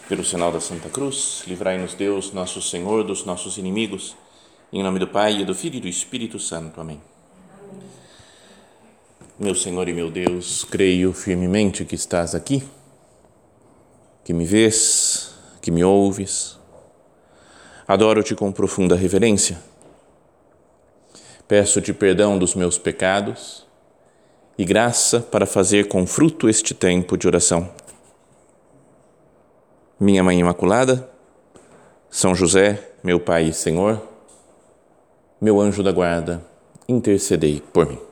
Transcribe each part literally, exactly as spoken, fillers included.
Pelo sinal da Santa Cruz, livrai-nos Deus, nosso Senhor, dos nossos inimigos. Em nome do Pai, e do Filho e do Espírito Santo. Amém. Meu Senhor e meu Deus, creio firmemente que estás aqui, que me vês, que me ouves. Adoro-te com profunda reverência. Peço-te perdão dos meus pecados e graça para fazer com fruto este tempo de oração. Minha Mãe Imaculada, São José, meu Pai e Senhor, meu anjo da guarda, intercedei por mim.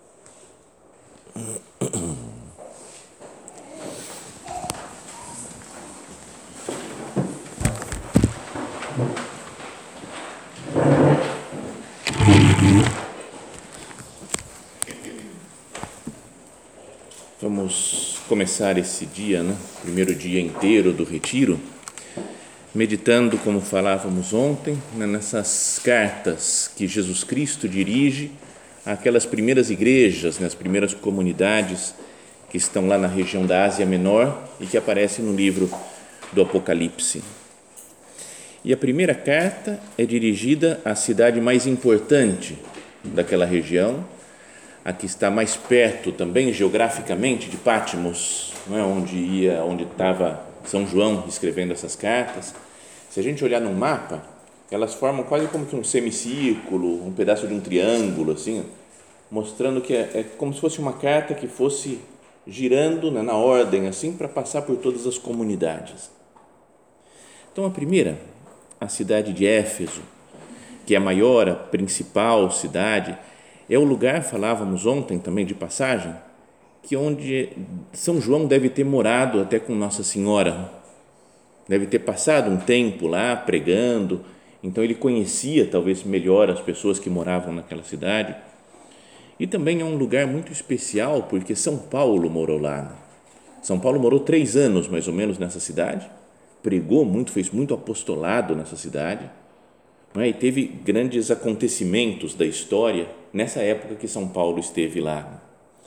Vamos começar esse dia, né? Primeiro dia inteiro do retiro, meditando, como falávamos ontem, né, nessas cartas que Jesus Cristo dirige àquelas primeiras igrejas, né, as primeiras comunidades que estão lá na região da Ásia Menor e que aparecem no livro do Apocalipse. E a primeira carta é dirigida à cidade mais importante daquela região, a que está mais perto também geograficamente de Patmos, não é? onde ia, onde estava São João escrevendo essas cartas. Se a gente olhar no mapa, elas formam quase como que um semicírculo, um pedaço de um triângulo, assim, mostrando que é, é como se fosse uma carta que fosse girando, né, na ordem, assim, para passar por todas as comunidades. Então, a primeira, a cidade de Éfeso, que é a maior, a principal cidade, é o lugar, falávamos ontem também de passagem, que onde São João deve ter morado até com Nossa Senhora, deve ter passado um tempo lá pregando, então ele conhecia talvez melhor as pessoas que moravam naquela cidade. E também é um lugar muito especial porque São Paulo morou lá. São Paulo morou três anos mais ou menos nessa cidade, pregou muito, fez muito apostolado nessa cidade, não é? E teve grandes acontecimentos da história nessa época que São Paulo esteve lá.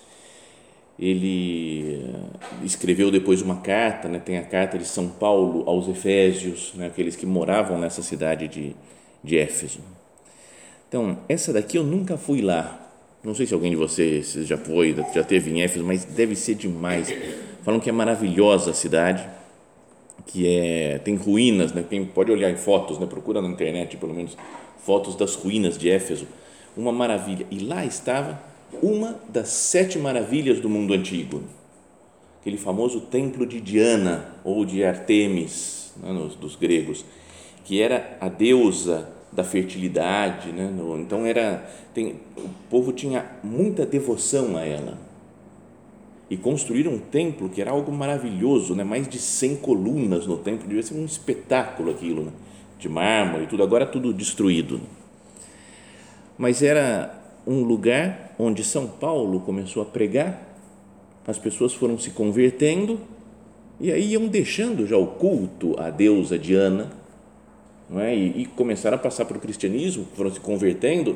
Ele escreveu depois uma carta, né? Tem a carta de São Paulo aos Efésios, né? Aqueles que moravam nessa cidade de, de Éfeso. Então, essa daqui eu nunca fui lá, não sei se alguém de vocês já foi, já teve em Éfeso, mas deve ser demais. Falam que é maravilhosa a cidade, que é, tem ruínas, né? Quem pode olhar em fotos, né? Procura na internet pelo menos fotos das ruínas de Éfeso, uma maravilha. E lá estava uma das sete maravilhas do mundo antigo, aquele famoso templo de Diana ou de Artemis, né, nos, dos gregos, que era a deusa da fertilidade, né? Então era, tem, o povo tinha muita devoção a ela e construíram um templo que era algo maravilhoso, né? Mais de cem colunas no templo, devia ser um espetáculo aquilo, né? De mármore e tudo, agora tudo destruído. Mas era um lugar onde São Paulo começou a pregar, as pessoas foram se convertendo e aí iam deixando já o culto à deusa Diana, não é? e, e começaram a passar para o cristianismo, foram se convertendo.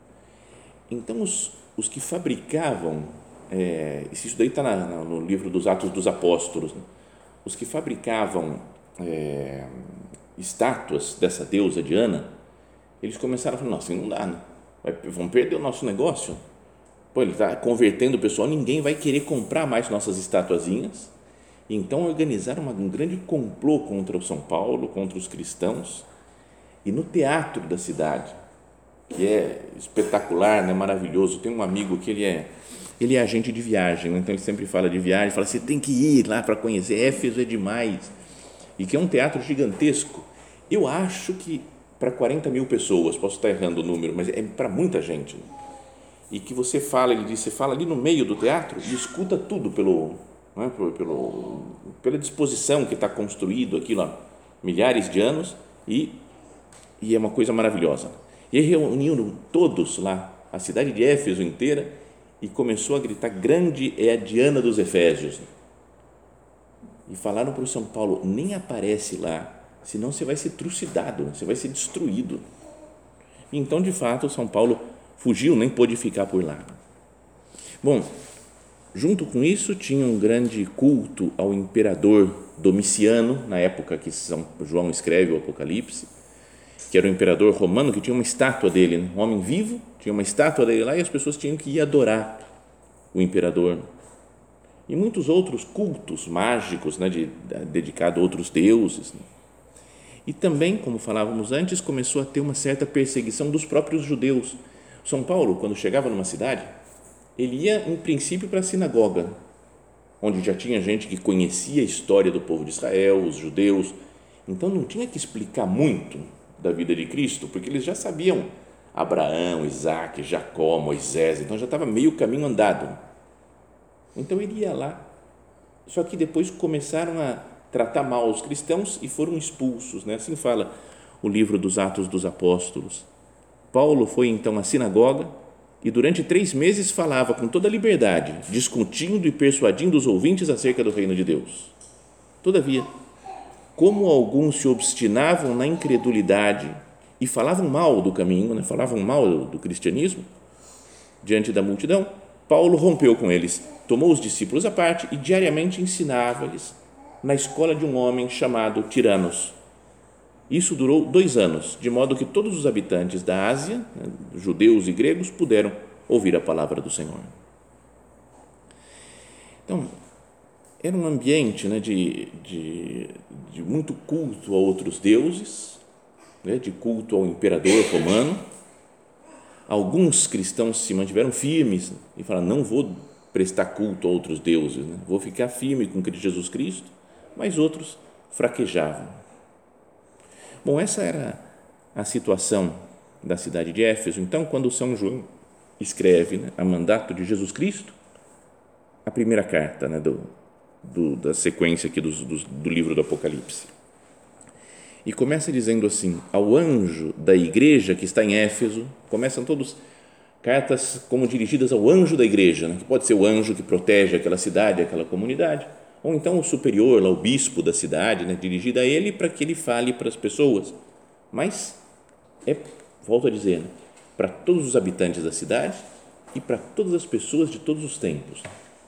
Então os, os que fabricavam, é, isso daí está no livro dos Atos dos Apóstolos, né? Os que fabricavam é, estátuas dessa deusa Diana, eles começaram a falar, nossa, não dá, né? Vamos perder o nosso negócio. Pô, ele está convertendo o pessoal, ninguém vai querer comprar mais nossas estatuazinhas. Então organizaram uma, um grande complô contra o São Paulo, contra os cristãos, e no teatro da cidade, que é espetacular, né, maravilhoso. Tem um amigo que ele é, ele é agente de viagem, né? Então ele sempre fala de viagem, fala, você tem que ir lá para conhecer, Éfeso é demais, e que é um teatro gigantesco. Eu acho que para quarenta mil pessoas, posso estar errando o número, mas é para muita gente, né? E que você fala, ele diz, você fala ali no meio do teatro e escuta tudo pelo, não é, pelo, pelo, pela disposição que está construído aquilo há milhares de anos e, e é uma coisa maravilhosa. E aí reuniram todos lá, a cidade de Éfeso inteira, e começou a gritar, grande é a Diana dos Efésios. E falaram para o São Paulo, nem aparece lá, senão você vai ser trucidado, você vai ser destruído. Então, de fato, São Paulo fugiu, nem pôde ficar por lá. Bom, junto com isso tinha um grande culto ao imperador Domiciano, na época que São João escreve o Apocalipse, que era o imperador romano, que tinha uma estátua dele, né? Um homem vivo, tinha uma estátua dele lá e as pessoas tinham que ir adorar o imperador. E muitos outros cultos mágicos, né, de, de, dedicado a outros deuses. Né? E também, como falávamos antes, começou a ter uma certa perseguição dos próprios judeus. São Paulo, quando chegava numa cidade, ele ia, em princípio, para a sinagoga, onde já tinha gente que conhecia a história do povo de Israel, os judeus. Então, não tinha que explicar muito da vida de Cristo, porque eles já sabiam Abraão, Isaac, Jacó, Moisés, então já estava meio caminho andado. Então ele ia lá, só que depois começaram a tratar mal os cristãos e foram expulsos, né? Assim fala o livro dos Atos dos Apóstolos. Paulo foi então à sinagoga e durante três meses falava com toda a liberdade, discutindo e persuadindo os ouvintes acerca do reino de Deus. Todavia, como alguns se obstinavam na incredulidade e falavam mal do caminho, né? Falavam mal do, do cristianismo, diante da multidão, Paulo rompeu com eles, tomou os discípulos à parte e diariamente ensinava-lhes na escola de um homem chamado Tiranos. Isso durou dois anos, de modo que todos os habitantes da Ásia, né, judeus e gregos, puderam ouvir a palavra do Senhor. Então, era um ambiente, né, de, de, de muito culto a outros deuses, né, de culto ao imperador romano. Alguns cristãos se mantiveram firmes e falaram, não vou prestar culto a outros deuses, né, vou ficar firme com Jesus Cristo, mas outros fraquejavam. Bom, essa era a situação da cidade de Éfeso. Então, quando São João escreve, né, a mandato de Jesus Cristo, a primeira carta, né, do, do, da sequência aqui do, do, do livro do Apocalipse. E começa dizendo assim, ao anjo da igreja que está em Éfeso, começam todas cartas como dirigidas ao anjo da igreja, né, que pode ser o anjo que protege aquela cidade, aquela comunidade, ou então o superior, lá, o bispo da cidade, né, dirigida a ele para que ele fale para as pessoas. Mas é, volto a dizer, né, para todos os habitantes da cidade e para todas as pessoas de todos os tempos.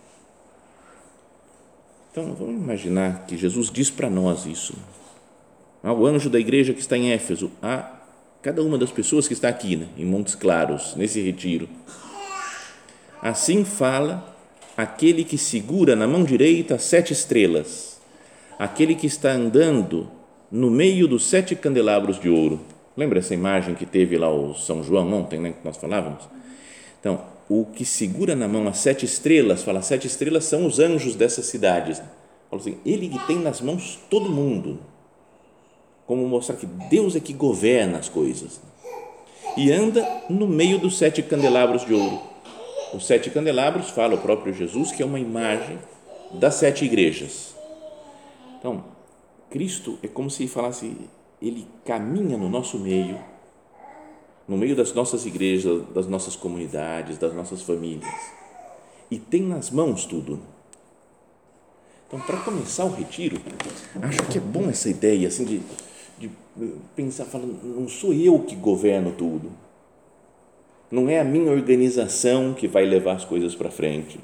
Então, vamos imaginar que Jesus diz para nós isso. Ao anjo da igreja que está em Éfeso, a cada uma das pessoas que está aqui, né, em Montes Claros, nesse retiro. Assim fala aquele que segura na mão direita as sete estrelas, aquele que está andando no meio dos sete candelabros de ouro. Lembra essa imagem que teve lá o São João ontem, né, que nós falávamos? Então, o que segura na mão as sete estrelas, fala, as sete estrelas são os anjos dessas cidades. Fala assim, ele que tem nas mãos todo mundo, como mostrar que Deus é que governa as coisas. E anda no meio dos sete candelabros de ouro. Os sete candelabros, fala o próprio Jesus, que é uma imagem das sete igrejas. Então, Cristo é como se falasse, ele caminha no nosso meio, no meio das nossas igrejas, das nossas comunidades, das nossas famílias, e tem nas mãos tudo. Então, para começar o retiro, acho que é bom essa ideia assim, de, de pensar, falando, não sou eu que governo tudo, não é a minha organização que vai levar as coisas para frente.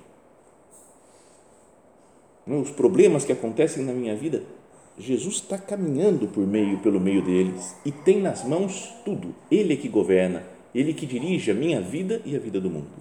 Os problemas que acontecem na minha vida, Jesus está caminhando por meio, pelo meio deles e tem nas mãos tudo. Ele é que governa, ele que dirige a minha vida e a vida do mundo.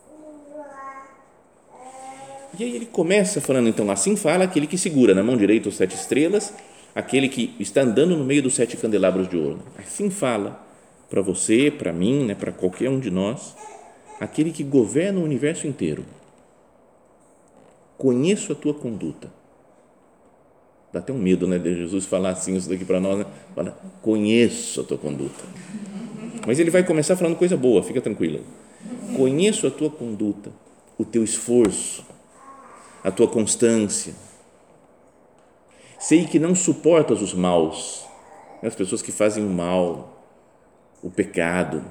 E aí ele começa falando, então, assim fala aquele que segura na mão direita os sete estrelas, aquele que está andando no meio dos sete candelabros de ouro. Assim fala para você, para mim, né, para qualquer um de nós, aquele que governa o universo inteiro. Conheço a tua conduta. Dá até um medo, né, de Jesus falar assim isso daqui para nós, né? Fala, conheço a tua conduta. Mas ele vai começar falando coisa boa, fica tranquila. Conheço a tua conduta, o teu esforço, a tua constância. Sei que não suportas os maus, as pessoas que fazem o mal, o pecado.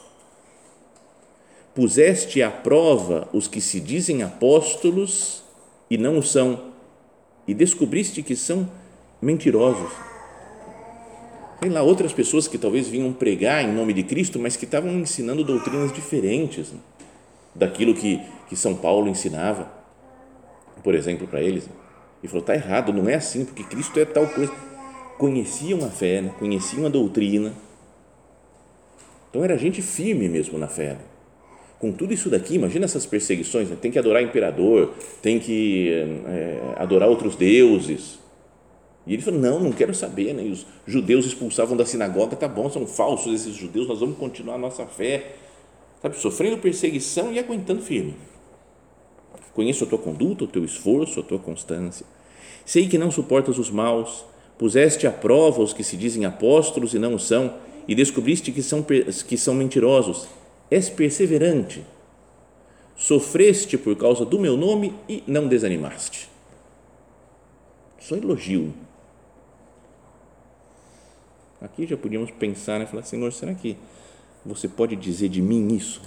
Puseste à prova os que se dizem apóstolos e não o são, e descobriste que são mentirosos. Tem lá outras pessoas que talvez vinham pregar em nome de Cristo, mas que estavam ensinando doutrinas diferentes, né, daquilo que, que São Paulo ensinava, por exemplo, para eles. E falou, está errado, não é assim, porque Cristo é tal coisa. Conheciam a fé, né? Conheciam a doutrina. Então era gente firme mesmo na fé. Com tudo isso daqui, imagina essas perseguições, né? Tem que adorar imperador, tem que é, adorar outros deuses. E ele falou, não, não quero saber, né? E os judeus expulsavam da sinagoga, tá bom, são falsos esses judeus, nós vamos continuar a nossa fé, sabe, sofrendo perseguição e aguentando firme. Conheço a tua conduta, o teu esforço, a tua constância. Sei que não suportas os maus, puseste à prova os que se dizem apóstolos e não o são, e descobriste que são, que são mentirosos. És perseverante, sofreste por causa do meu nome e não desanimaste. Só elogio. Aqui já podíamos pensar, né? Falar, Senhor, será que você pode dizer de mim isso?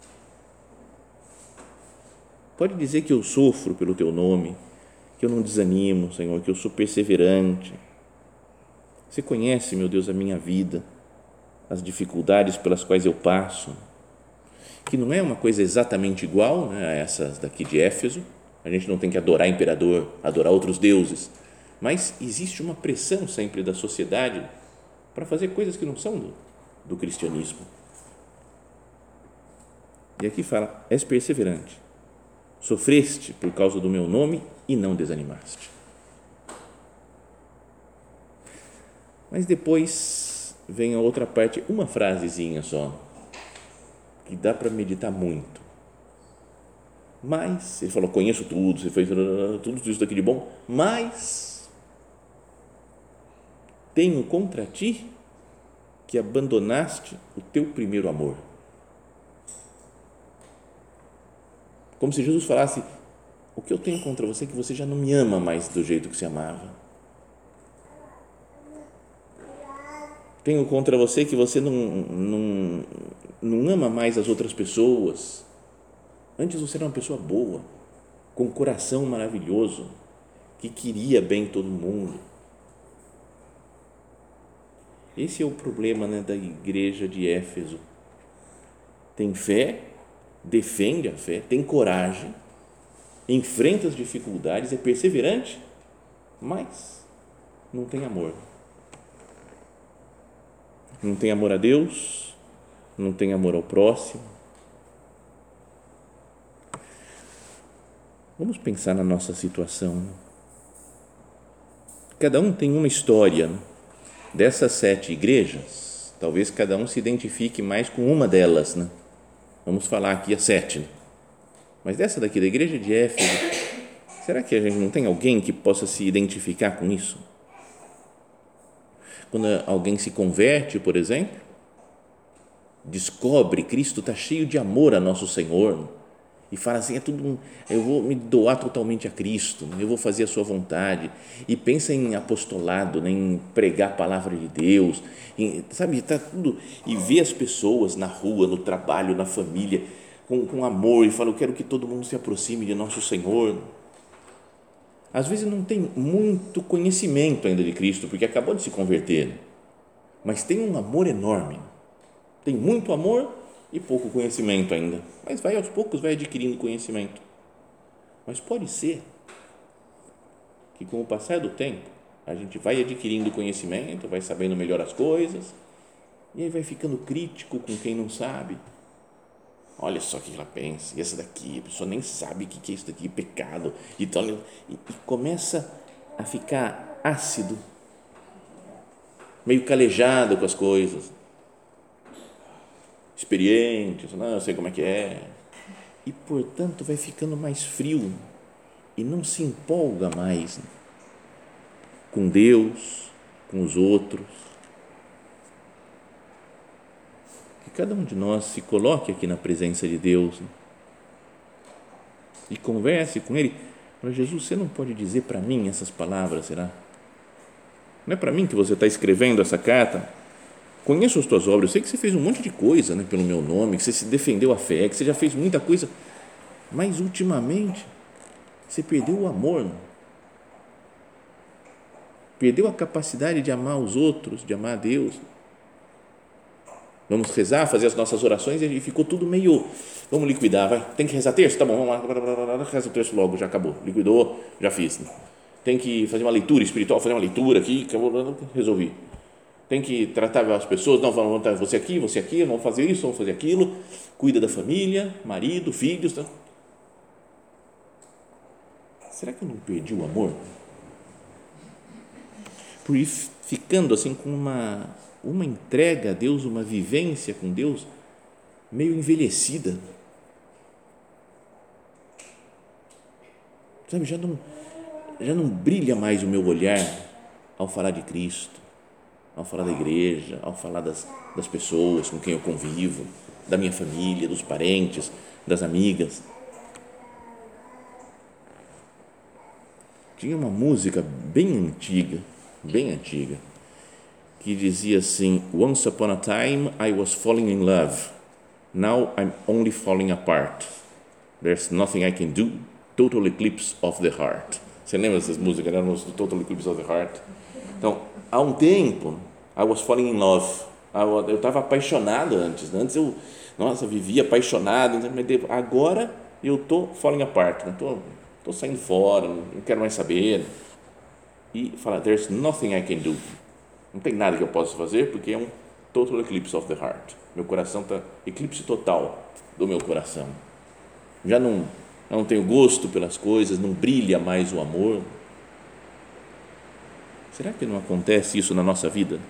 Pode dizer que eu sofro pelo teu nome, que eu não desanimo, Senhor, que eu sou perseverante. Você conhece, meu Deus, a minha vida, as dificuldades pelas quais eu passo, que não é uma coisa exatamente igual, né, a essas daqui de Éfeso. A gente não tem que adorar imperador, adorar outros deuses, mas existe uma pressão sempre da sociedade para fazer coisas que não são do, do cristianismo. E aqui fala, és perseverante, sofreste por causa do meu nome e não desanimaste. Mas depois vem a outra parte, uma frasezinha só, que dá para meditar muito. Mas, ele falou, conheço tudo, você fez tudo isso daqui de bom, mas tenho contra ti que abandonaste o teu primeiro amor. Como se Jesus falasse, o que eu tenho contra você é que você já não me ama mais do jeito que se amava. Tenho contra você que você não, não, não ama mais as outras pessoas. Antes você era uma pessoa boa, com um coração maravilhoso, que queria bem todo mundo. Esse é o problema, né, da igreja de Éfeso. Tem fé, defende a fé, tem coragem, enfrenta as dificuldades, é perseverante, mas não tem amor. Não tem amor a Deus, não tem amor ao próximo. Vamos pensar na nossa situação. Cada um tem uma história. Dessas sete igrejas, talvez cada um se identifique mais com uma delas, né? Vamos falar aqui as sete, né? Mas dessa daqui, da igreja de Éfeso, será que a gente não tem alguém que possa se identificar com isso? Quando alguém se converte, por exemplo, descobre Cristo está cheio de amor a nosso Senhor e fala assim, é tudo, eu vou me doar totalmente a Cristo, eu vou fazer a sua vontade, e pensa em apostolado, né, em pregar a palavra de Deus, em, sabe, tá tudo, e vê as pessoas na rua, no trabalho, na família, com, com amor, e fala, eu quero que todo mundo se aproxime de nosso Senhor. Às vezes não tem muito conhecimento ainda de Cristo, porque acabou de se converter, mas tem um amor enorme, tem muito amor e pouco conhecimento ainda, mas vai aos poucos, vai adquirindo conhecimento. Mas pode ser que com o passar do tempo a gente vai adquirindo conhecimento, vai sabendo melhor as coisas, e aí vai ficando crítico com quem não sabe. Olha só o que ela pensa, e essa daqui, a pessoa nem sabe o que é isso daqui, pecado, e, tal, e, e começa a ficar ácido, meio calejado com as coisas, experiente, não, eu sei como é que é, e portanto vai ficando mais frio e não se empolga mais, né, com Deus, com os outros. Que cada um de nós se coloque aqui na presença de Deus, né, e converse com Ele. Mas Jesus, você não pode dizer para mim essas palavras, será? Não é para mim que você está escrevendo essa carta? Conheço as tuas obras, eu sei que você fez um monte de coisa, né, pelo meu nome, que você se defendeu a fé, que você já fez muita coisa, mas ultimamente você perdeu o amor, né? Perdeu a capacidade de amar os outros, de amar a Deus. Vamos rezar, fazer as nossas orações e ficou tudo meio, vamos liquidar, vai, tem que rezar terço? Tá bom, vamos lá, reza o terço logo, já acabou, liquidou, já fiz. tem que fazer uma leitura espiritual, fazer uma leitura aqui, resolvi. Tem que tratar as pessoas, não, vamos você aqui, você aqui, vamos fazer isso, vamos fazer aquilo, cuida da família, marido, filhos. Tá? Será que eu não perdi o amor? Por ir ficando assim com uma, uma entrega a Deus, uma vivência com Deus meio envelhecida. Sabe, já não, já não brilha mais o meu olhar ao falar de Cristo, ao falar da igreja, ao falar das, das pessoas com quem eu convivo, da minha família, dos parentes, das amigas. Tinha uma música bem antiga, bem antiga, que dizia assim: Once upon a time I was falling in love, now I'm only falling apart. There's nothing I can do, total eclipse of the heart. Você lembra dessas músicas? Eram os Total Eclipse of the Heart. Então, há um tempo, I was falling in love. Eu estava apaixonado antes. Antes eu, nossa, vivia apaixonado. Agora eu estou falling apart. Estou estou saindo fora, não quero mais saber. E fala, there's nothing I can do. Não tem nada que eu possa fazer porque é um total eclipse of the heart. Meu coração está, eclipse total do meu coração. Já não, não tenho gosto pelas coisas, não brilha mais o amor. Será que não acontece isso na nossa vida?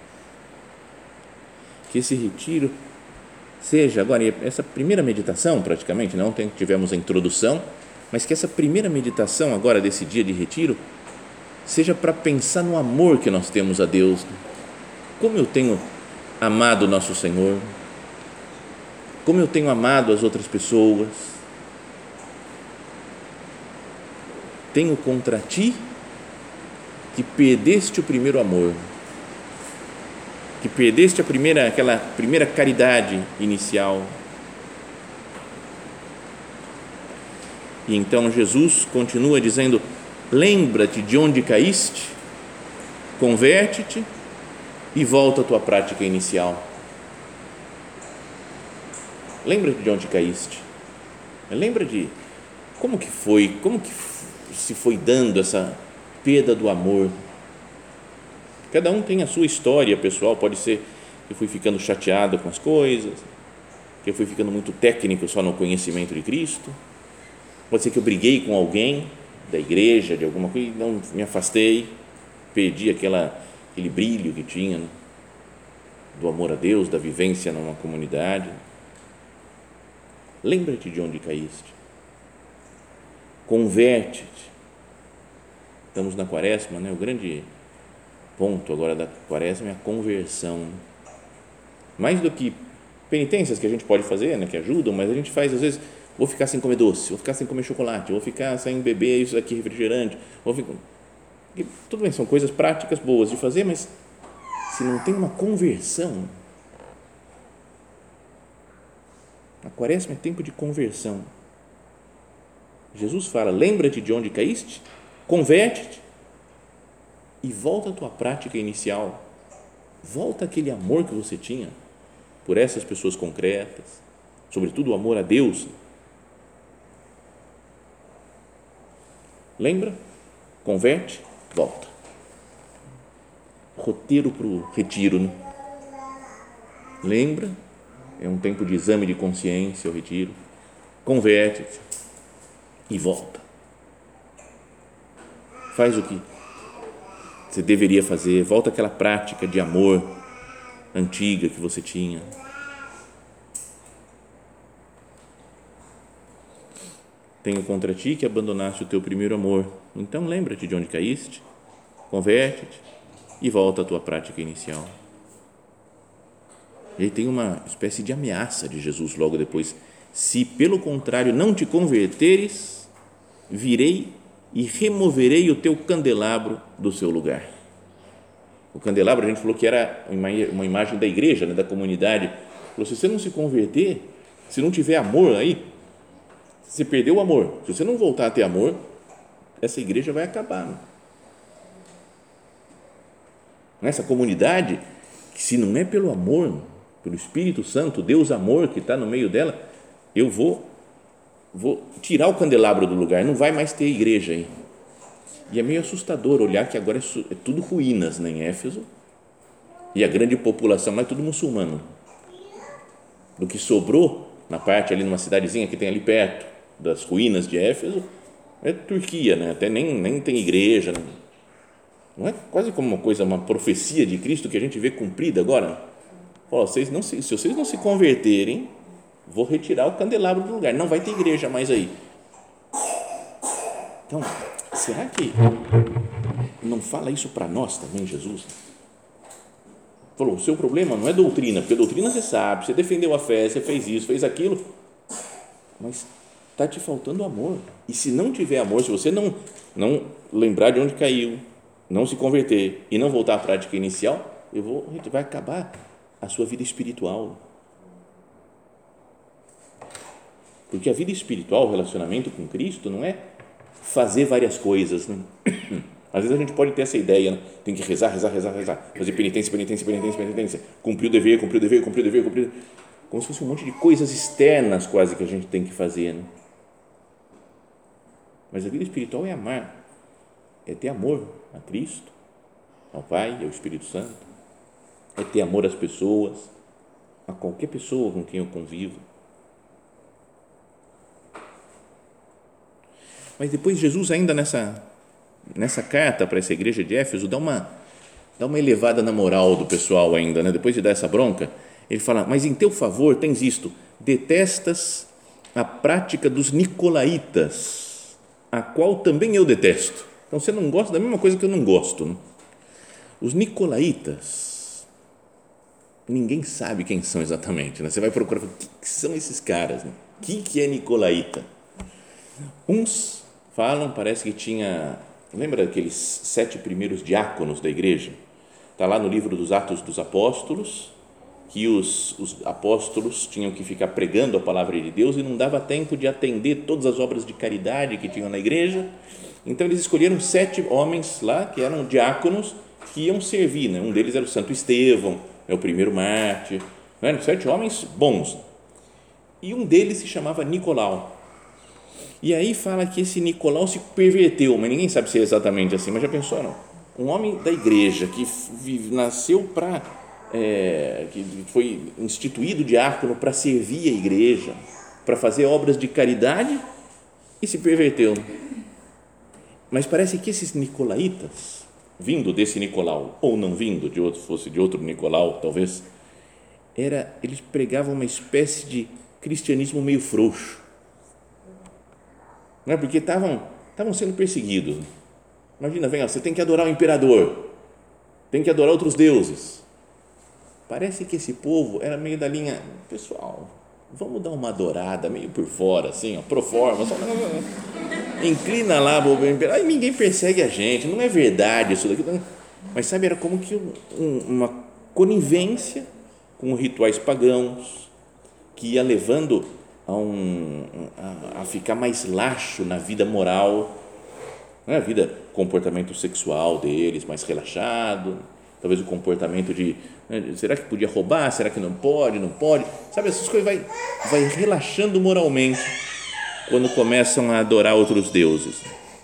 Que esse retiro seja, agora, essa primeira meditação praticamente, não tem, tivemos a introdução, mas que essa primeira meditação agora desse dia de retiro seja para pensar no amor que nós temos a Deus. Como eu tenho amado o nosso Senhor, como eu tenho amado as outras pessoas. Tenho contra ti que perdeste o primeiro amor, que perdeste a primeira, aquela primeira caridade inicial. E então Jesus continua dizendo: lembra-te de onde caíste, converte-te e volta à tua prática inicial. Lembra-te de onde caíste, lembra de como que foi, como que se foi dando essa perda do amor. Cada um tem a sua história pessoal. Pode ser que eu fui ficando chateado com as coisas, que eu fui ficando muito técnico só no conhecimento de Cristo. Pode ser que eu briguei com alguém da igreja, de alguma coisa, e não me afastei, perdi aquela, aquele brilho que tinha, né, do amor a Deus, da vivência numa comunidade. Lembra-te de onde caíste, converte-te. Estamos na quaresma, né? O grande ponto agora da quaresma é a conversão. Mais do que penitências que a gente pode fazer, né, que ajudam, mas a gente faz às vezes, vou ficar sem comer doce, vou ficar sem comer chocolate, vou ficar sem beber isso aqui, refrigerante, vou ficar... tudo bem, são coisas práticas boas de fazer, mas se não tem uma conversão, a quaresma é tempo de conversão. Jesus fala, lembra-te de onde caíste, converte-te e volta à tua prática inicial, volta àquele amor que você tinha por essas pessoas concretas, sobretudo o amor a Deus. Lembra? Converte, volta. Roteiro para o retiro, né? Lembra? É um tempo de exame de consciência, o retiro. Converte-te e volta. Faz o que você deveria fazer, volta àquela prática de amor antiga que você tinha. Tenho contra ti que abandonaste o teu primeiro amor. Então lembra-te de onde caíste, converte-te e volta à tua prática inicial. E aí tem uma espécie de ameaça de Jesus logo depois: se pelo contrário não te converteres, virei e removerei o teu candelabro do seu lugar. O candelabro, a gente falou que era uma imagem da igreja, né, da comunidade. Falou, se você não se converter, se não tiver amor aí, você perdeu o amor. Se você não voltar a ter amor, essa igreja vai acabar. Né? Nessa comunidade, se não é pelo amor, pelo Espírito Santo, Deus amor que está no meio dela, eu vou, vou tirar o candelabro do lugar, não vai mais ter igreja aí. E é meio assustador olhar que agora é, é tudo ruínas, né, em Éfeso, e a grande população lá é tudo muçulmano. Do que sobrou na parte ali, numa cidadezinha que tem ali perto das ruínas de Éfeso, é Turquia, né? Até nem, nem tem igreja, né? Não é quase como uma coisa, uma profecia de Cristo que a gente vê cumprida agora? Oh, vocês não se, se vocês não se converterem, vou retirar o candelabro do lugar, não vai ter igreja mais aí. Então, será que não fala isso para nós também, Jesus? Falou, o seu problema não é doutrina, porque doutrina você sabe, você defendeu a fé, você fez isso, fez aquilo, mas está te faltando amor. E se não tiver amor, se você não, não lembrar de onde caiu, não se converter e não voltar à prática inicial, eu vou, vai acabar a sua vida espiritual. Porque a vida espiritual, o relacionamento com Cristo, não é fazer várias coisas, né? Às vezes a gente pode ter essa ideia, né? Tem que rezar, rezar, rezar, rezar, fazer penitência, penitência, penitência, penitência, cumprir o dever, cumprir o dever, cumprir o dever, cumprir, como se fosse um monte de coisas externas quase que a gente tem que fazer, né? Mas a vida espiritual é amar, é ter amor a Cristo, ao Pai e ao Espírito Santo, é ter amor às pessoas, a qualquer pessoa com quem eu convivo. Mas depois Jesus ainda nessa nessa carta para essa igreja de Éfeso dá uma dá uma elevada na moral do pessoal ainda, né? Depois de dar essa bronca, ele fala, mas em teu favor tens isto, detestas a prática dos nicolaítas, a qual também eu detesto. Então você não gosta da mesma coisa que eu não gosto, né? Os nicolaítas, ninguém sabe quem são exatamente, né? Você vai procurar, o que são esses caras, né? O que, que é nicolaíta? Uns falam, parece que tinha, lembra daqueles sete primeiros diáconos da igreja? Está lá no livro dos Atos dos Apóstolos, que os, os apóstolos tinham que ficar pregando a palavra de Deus e não dava tempo de atender todas as obras de caridade que tinham na igreja. Então eles escolheram sete homens lá que eram diáconos que iam servir, né? Um deles era o Santo Estevão, é o primeiro mártir, né? Sete homens bons, e um deles se chamava Nicolau. E aí fala que esse Nicolau se perverteu, mas ninguém sabe se é exatamente assim, mas já pensou, não? Um homem da igreja que nasceu para, é, que foi instituído diácono para servir a igreja, para fazer obras de caridade, e se perverteu. Mas parece que esses nicolaítas, vindo desse Nicolau, ou não vindo, de outro, fosse de outro Nicolau, talvez, era, eles pregavam uma espécie de cristianismo meio frouxo. Não é? Porque estavam, estavam sendo perseguidos. Imagina, vem, ó, você tem que adorar o imperador, tem que adorar outros deuses. Parece que esse povo era meio da linha, pessoal, vamos dar uma adorada meio por fora, assim, ó, pro forma, só, inclina lá, aí ninguém persegue a gente, não é verdade isso daqui. Mas sabe, era como que um, uma conivência com rituais pagãos que ia levando a, um, a, a ficar mais laxo na vida moral, né? A vida, comportamento sexual deles mais relaxado, talvez o comportamento de, né, será que podia roubar, será que não pode, não pode, sabe, essas coisas vai, vai relaxando moralmente quando começam a adorar outros deuses.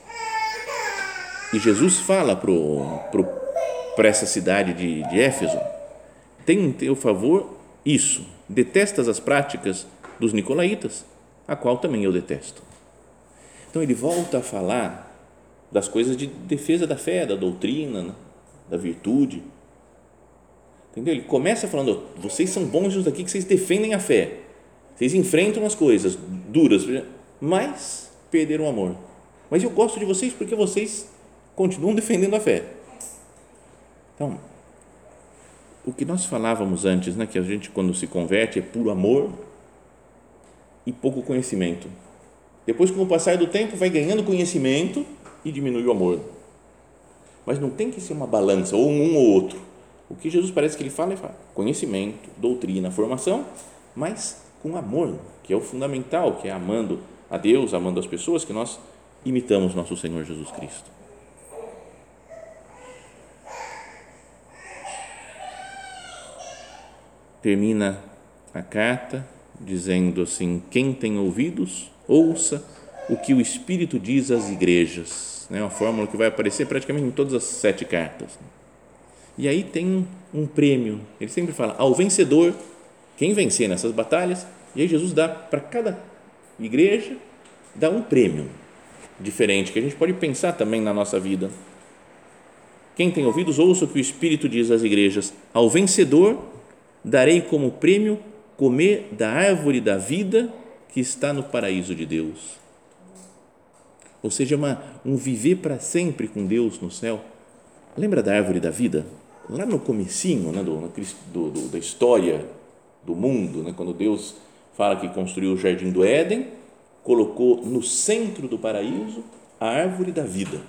E Jesus fala para essa cidade de, de Éfeso, tem em teu favor isso, detestas as práticas dos nicolaítas, a qual também eu detesto. Então ele volta a falar das coisas de defesa da fé, da doutrina, né? Da virtude, entendeu? Ele começa falando, vocês são bons nisso daqui, que vocês defendem a fé, vocês enfrentam as coisas duras, mas perderam o amor, mas eu gosto de vocês porque vocês continuam defendendo a fé. Então, o que nós falávamos antes, né, que a gente quando se converte é puro amor e pouco conhecimento. Depois, com o passar do tempo, vai ganhando conhecimento e diminui o amor. Mas não tem que ser uma balança, ou um ou outro. O que Jesus parece que ele fala é fala, conhecimento, doutrina, formação, mas com amor, que é o fundamental, que é amando a Deus, amando as pessoas, que nós imitamos nosso Senhor Jesus Cristo. Termina a carta dizendo assim, quem tem ouvidos, ouça o que o Espírito diz às igrejas. É uma fórmula que vai aparecer praticamente em todas as sete cartas. E aí tem um, um prêmio. Ele sempre fala, ao vencedor, quem vencer nessas batalhas, e aí Jesus dá para cada igreja, dá um prêmio diferente, que a gente pode pensar também na nossa vida. Quem tem ouvidos, ouça o que o Espírito diz às igrejas. Ao vencedor, darei como prêmio comer da árvore da vida que está no paraíso de Deus. Ou seja, uma, um viver para sempre com Deus no céu. Lembra da árvore da vida? Lá no comecinho, né, do, do, do, da história do mundo, né, quando Deus fala que construiu o jardim do Éden, colocou no centro do paraíso a árvore da vida.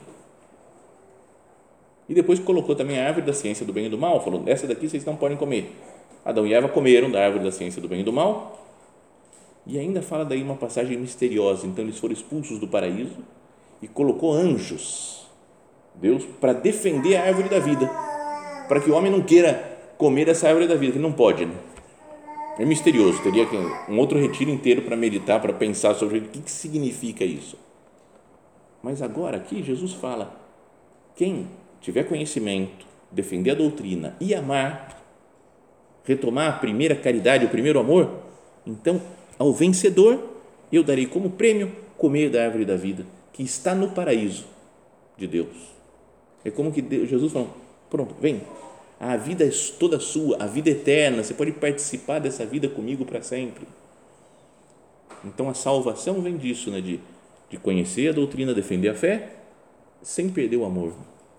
E depois colocou também a árvore da ciência do bem e do mal, falou, essa daqui vocês não podem comer. Adão e Eva comeram da árvore da ciência do bem e do mal, e ainda fala daí uma passagem misteriosa, então eles foram expulsos do paraíso e colocou anjos, Deus, para defender a árvore da vida, para que o homem não queira comer essa árvore da vida, que não pode, né? É misterioso, teria que um outro retiro inteiro para meditar, para pensar sobre o que, que significa isso. Mas agora aqui Jesus fala, quem tiver conhecimento, defender a doutrina e amar, retomar a primeira caridade, o primeiro amor, então ao vencedor eu darei como prêmio comer da árvore da vida que está no paraíso de Deus. É como que Deus, Jesus falou, pronto, vem, a vida é toda sua, a vida eterna, você pode participar dessa vida comigo para sempre. Então a salvação vem disso, né, de, de conhecer a doutrina, defender a fé sem perder o amor,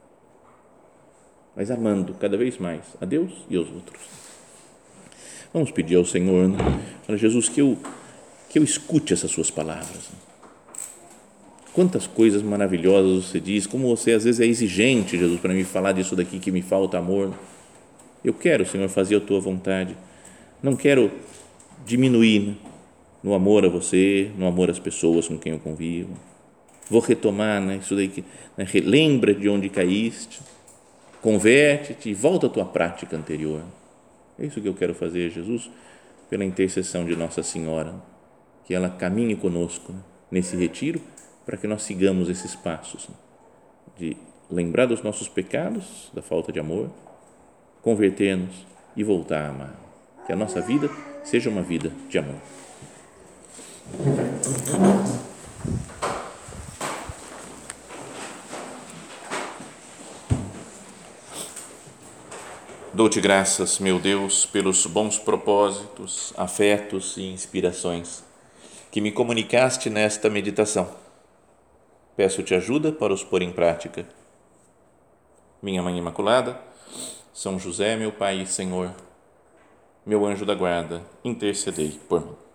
mas amando cada vez mais a Deus e aos outros. Vamos pedir ao Senhor, né? Fala, Jesus, que eu, que eu escute essas suas palavras. Quantas coisas maravilhosas você diz, como você às vezes é exigente, Jesus, para me falar disso daqui que me falta amor. Eu quero, Senhor, fazer a tua vontade. Não quero diminuir, né, no amor a você, no amor às pessoas com quem eu convivo. Vou retomar, né, isso daí que, né, lembra de onde caíste, converte-te e volta à tua prática anterior. É isso que eu quero fazer, Jesus, pela intercessão de Nossa Senhora, que ela caminhe conosco, né, nesse retiro, para que nós sigamos esses passos, né, de lembrar dos nossos pecados, da falta de amor, converter-nos e voltar a amar. Que a nossa vida seja uma vida de amor. Dou-te graças, meu Deus, pelos bons propósitos, afetos e inspirações que me comunicaste nesta meditação. Peço-te ajuda para os pôr em prática. Minha Mãe Imaculada, São José, meu Pai e Senhor, meu anjo da guarda, intercedei por mim.